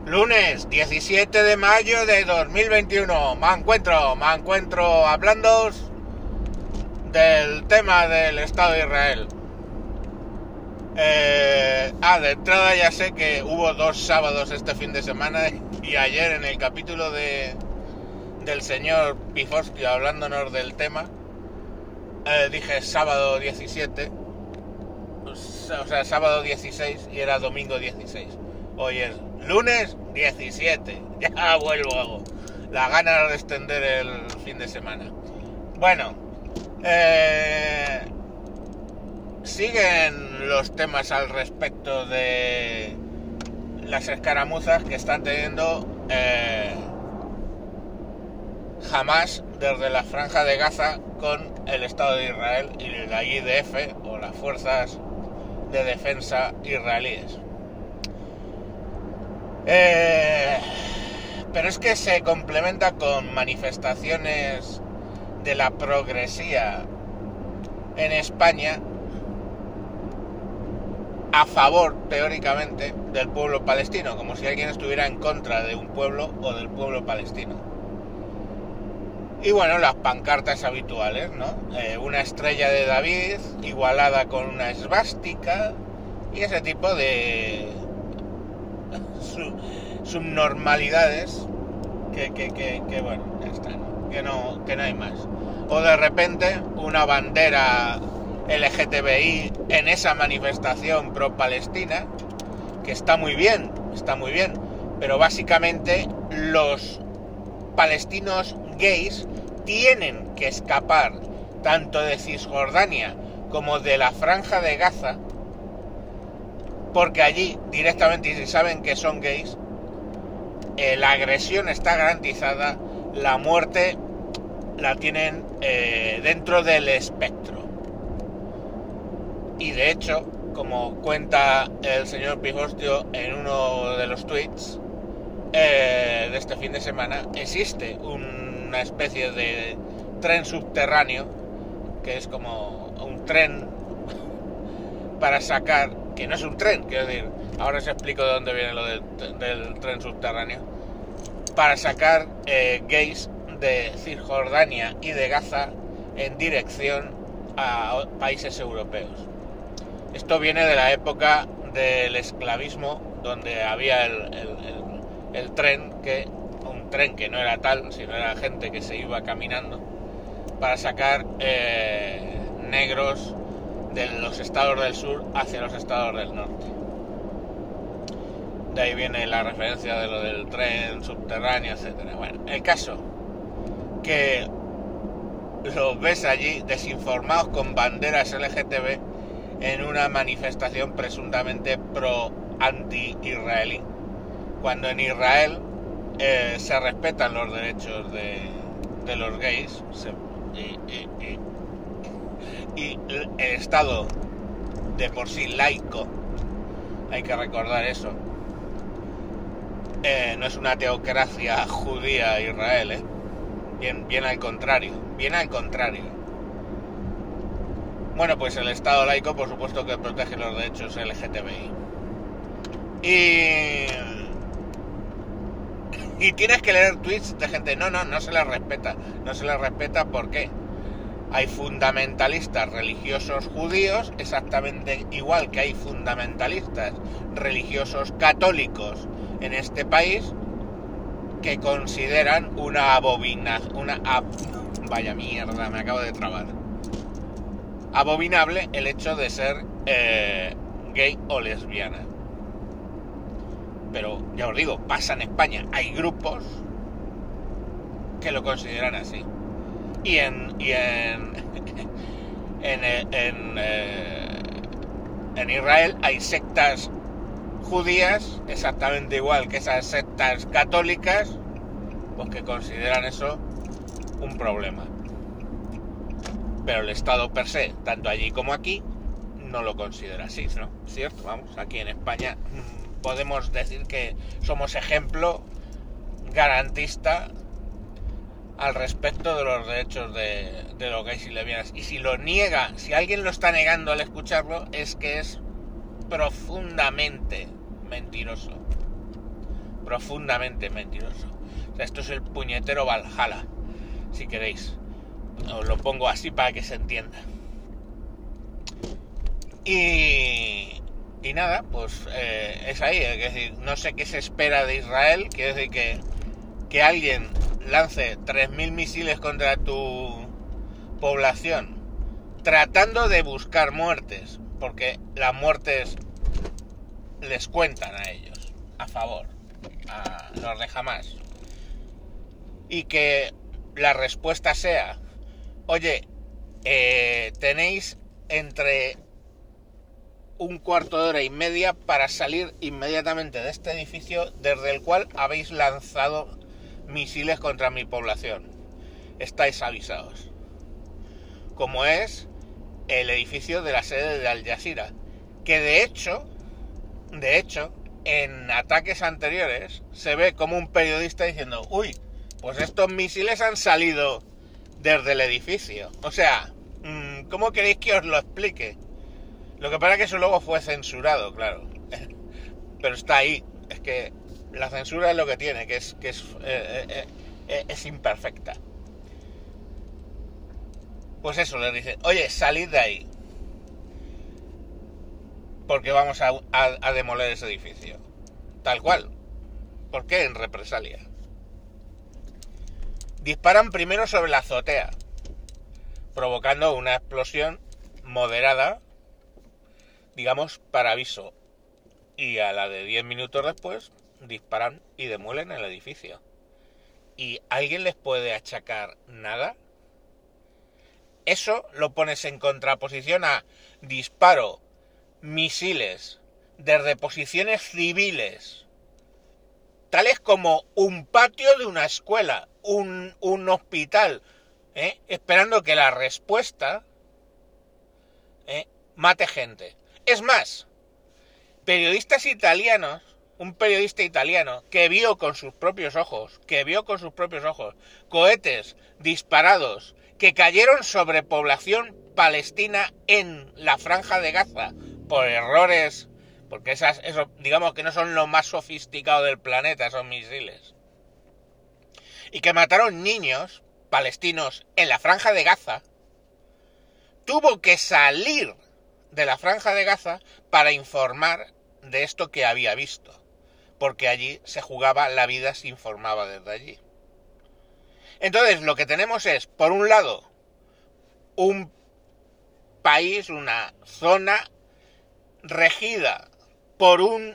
Lunes 17 de mayo de 2021. Me encuentro hablando del tema del Estado de Israel. De entrada ya sé que hubo 2 sábados este fin de semana y ayer en el capítulo del señor Pifoski hablándonos del tema, dije sábado 17, o sea, sábado 16 y era domingo 16. Hoy es lunes 17, ya vuelvo, la gana de extender el fin de semana. Bueno, siguen los temas al respecto de las escaramuzas que están teniendo Hamas desde la Franja de Gaza con el Estado de Israel y la IDF o las fuerzas de defensa israelíes. Pero es que se complementa con manifestaciones de la progresía en España a favor, teóricamente, del pueblo palestino, como si alguien estuviera en contra de un pueblo o del pueblo palestino. Y bueno, las pancartas habituales, ¿no? Una estrella de David igualada con una esvástica y ese tipo de subnormalidades que bueno, ya está, ¿no? Que no hay más. O de repente una bandera LGTBI en esa manifestación pro-palestina, que está muy bien, pero básicamente los palestinos gays tienen que escapar tanto de Cisjordania como de la Franja de Gaza, porque allí directamente, si saben que son gays, la agresión está garantizada, la muerte la tienen dentro del espectro. Y de hecho, como cuenta el señor Pifostio en uno de los tweets de este fin de semana, existe una especie de tren subterráneo, que es como un tren para sacar, que no es un tren, quiero decir, ahora os explico de dónde viene lo del tren subterráneo, para sacar gays de Cisjordania y de Gaza en dirección a países europeos. Esto viene de la época del esclavismo, donde había el tren, un tren que no era tal, sino era gente que se iba caminando para sacar negros de los estados del sur hacia los estados del norte. De ahí viene la referencia de lo del tren subterráneo, etcétera. Bueno, el caso que los ves allí desinformados con banderas LGTB en una manifestación presuntamente pro-anti-israelí, cuando en Israel se respetan los derechos de los gays y el Estado de por sí laico, hay que recordar eso, no es una teocracia judía Israel, bien al contrario. Bueno, pues el Estado laico, por supuesto, que protege los derechos LGTBI. Y tienes que leer tweets de gente, no se les respeta. No se les respeta, ¿por qué? Hay fundamentalistas religiosos judíos, exactamente igual que hay fundamentalistas religiosos católicos en este país, que consideran vaya mierda, me acabo de trabar. Abominable el hecho de ser gay o lesbiana. Pero ya os digo, pasa en España, hay grupos que lo consideran así. Y en Israel hay sectas judías exactamente igual que esas sectas católicas, pues que consideran eso un problema. Pero el Estado per se, tanto allí como aquí, no lo considera así, ¿no? ¿Cierto? Vamos, aquí en España podemos decir que somos ejemplo garantista al respecto de los derechos de los gays y lesbianas. Y si lo niega, si alguien lo está negando al escucharlo, es que es profundamente mentiroso. profundamente mentiroso. O sea, esto es el puñetero Valhalla, si queréis. Os lo pongo así para que se entienda. Y nada, pues es ahí. Es decir, no sé qué se espera de Israel. Quiere decir que alguien lance 3.000 misiles contra tu población tratando de buscar muertes, porque las muertes les cuentan a ellos, a favor, a los de Hamás. Y que la respuesta sea, oye, tenéis entre un cuarto de hora y media para salir inmediatamente de este edificio desde el cual habéis lanzado misiles contra mi población. Estáis avisados. Como es el edificio de la sede de Al Jazeera, que de hecho, en ataques anteriores se ve como un periodista diciendo, uy, pues estos misiles han salido desde el edificio. O sea, ¿cómo queréis que os lo explique? Lo que pasa es que eso luego fue censurado, claro. Pero está ahí. Es que la censura es lo que tiene, que es imperfecta. Pues eso, les dice, oye, salid de ahí. Porque vamos a demoler ese edificio. Tal cual. ¿Por qué? En represalia. Disparan primero sobre la azotea, provocando una explosión moderada, digamos, para aviso. Y a la de 10 minutos después, disparan y demuelen el edificio. ¿Y alguien les puede achacar nada? Eso lo pones en contraposición a disparo misiles desde posiciones civiles, tales como un patio de una escuela, un hospital, esperando que la respuesta mate gente. Es más, periodistas italianos, un periodista italiano que vio con sus propios ojos cohetes disparados que cayeron sobre población palestina en la Franja de Gaza por errores, porque eso digamos que no son lo más sofisticado del planeta, esos misiles, y que mataron niños palestinos en la Franja de Gaza, tuvo que salir de la Franja de Gaza para informar de esto que había visto, porque allí se jugaba la vida, se informaba desde allí. Entonces lo que tenemos es, por un lado, un país, una zona regida por una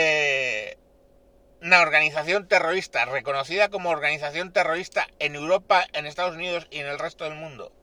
organización terrorista, reconocida como organización terrorista en Europa, en Estados Unidos y en el resto del mundo,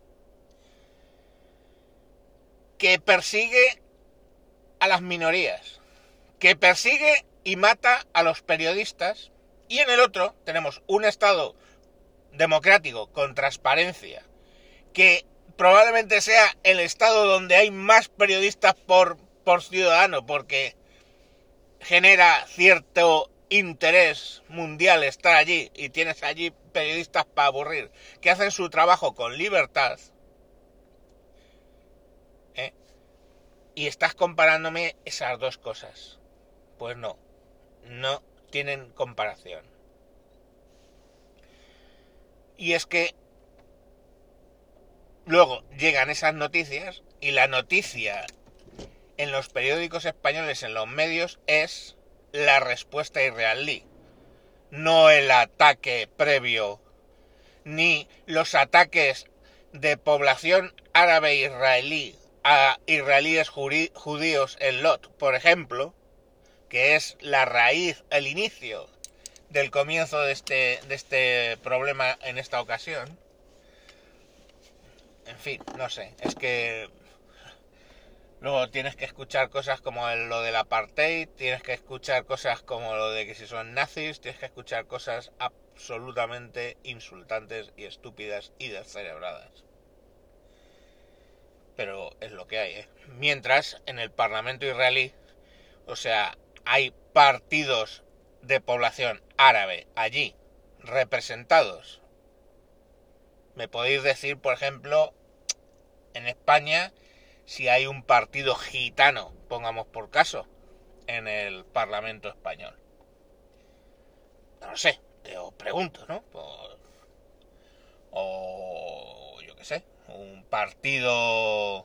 que persigue a las minorías, que persigue y mata a los periodistas, y en el otro tenemos un Estado democrático con transparencia, que probablemente sea el Estado donde hay más periodistas por ciudadano, porque genera cierto interés mundial estar allí, y tienes allí periodistas para aburrir, que hacen su trabajo con libertad, y estás comparándome esas dos cosas. Pues no tienen comparación. Y es que luego llegan esas noticias, y la noticia en los periódicos españoles, en los medios, es la respuesta israelí, no el ataque previo, ni los ataques de población árabe israelí a israelíes judíos en Lot, por ejemplo, que es la raíz, el inicio del comienzo de este problema en esta ocasión. En fin, no sé, es que luego tienes que escuchar cosas como lo del apartheid, tienes que escuchar cosas como lo de que si son nazis, tienes que escuchar cosas absolutamente insultantes y estúpidas y descerebradas. Pero es lo que hay, Mientras, en el Parlamento israelí, o sea, hay partidos de población árabe allí representados. Me podéis decir, por ejemplo, en España, si hay un partido gitano, pongamos por caso, en el Parlamento español. no sé, os pregunto, ¿no? O yo qué sé, un partido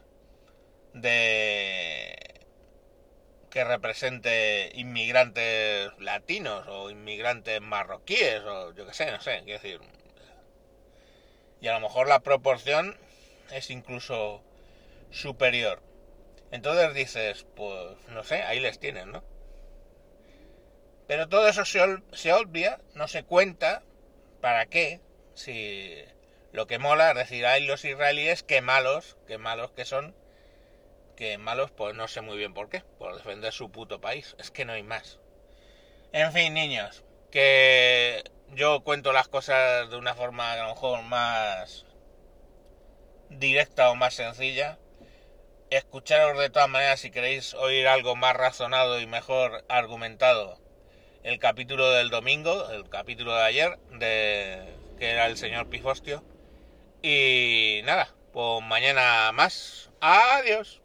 de que represente inmigrantes latinos o inmigrantes marroquíes o yo qué sé, no sé, quiero decir. Y a lo mejor la proporción es incluso superior. Entonces dices, pues no sé, ahí les tienes, ¿no? Pero todo eso se obvia, no se cuenta. ¿Para qué? Si lo que mola es decir, hay los israelíes, qué malos que son, que malos, pues no sé muy bien por qué, por defender su puto país, es que no hay más. En fin, niños, que yo cuento las cosas de una forma a lo mejor más directa o más sencilla. Escucharos de todas maneras si queréis oír algo más razonado y mejor argumentado el capítulo del domingo, el capítulo de ayer, que era el señor Pifostio. Y nada, pues mañana más. Adiós.